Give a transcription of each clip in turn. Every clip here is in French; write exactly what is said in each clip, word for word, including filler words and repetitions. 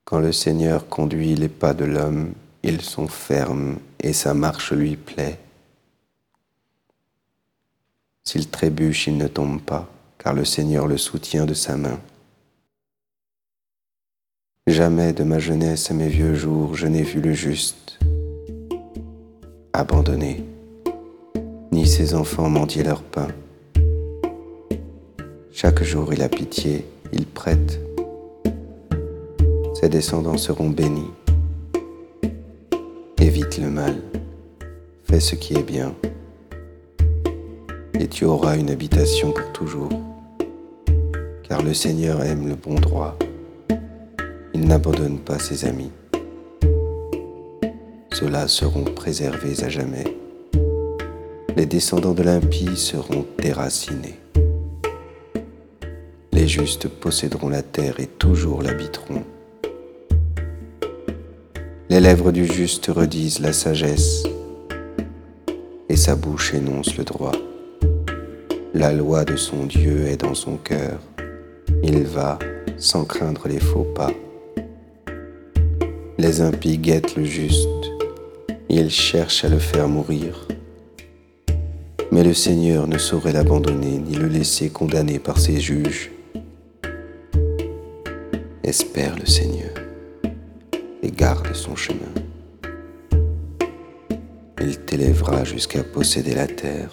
Quand le Seigneur conduit les pas de l'homme, ils sont fermes et sa marche lui plaît. S'il trébuche, il ne tombe pas, car le Seigneur le soutient de sa main. Jamais de ma jeunesse à mes vieux jours, je n'ai vu le juste abandonné, ni ses enfants mendier leur pain. Chaque jour il a pitié, il prête. Ses descendants seront bénis. Évite le mal, fais ce qui est bien, et tu auras une habitation pour toujours. Car le Seigneur aime le bon droit, il n'abandonne pas ses amis. Ceux-là seront préservés à jamais. Les descendants de l'impie seront déracinés. Les justes posséderont la terre et toujours l'habiteront. Les lèvres du juste redisent la sagesse, et sa bouche énonce le droit. La loi de son Dieu est dans son cœur. Il va sans craindre les faux pas. Les impies guettent le juste. Ils cherchent à le faire mourir. Mais le Seigneur ne saurait l'abandonner ni le laisser condamner par ses juges. Espère le Seigneur et garde son chemin. Il t'élèvera jusqu'à posséder la terre.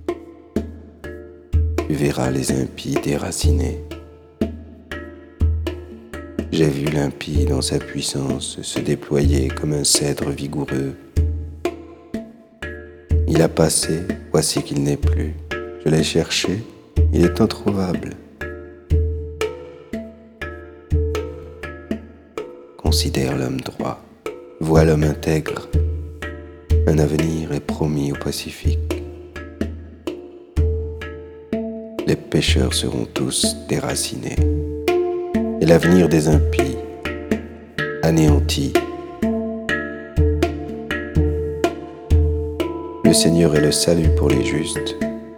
Tu verras les impies déracinés. J'ai vu l'impie dans sa puissance se déployer comme un cèdre vigoureux. Il a passé, voici qu'il n'est plus. Je l'ai cherché, il est introuvable. Considère l'homme droit, vois l'homme intègre. Un avenir est promis au Pacifique. Les pécheurs seront tous déracinés, et l'avenir des impies anéanti. Le Seigneur est le salut pour les justes,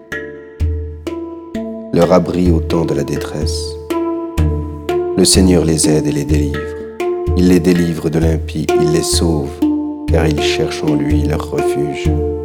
leur abri au temps de la détresse. Le Seigneur les aide et les délivre. Il les délivre de l'impie, il les sauve, car ils cherchent en lui leur refuge.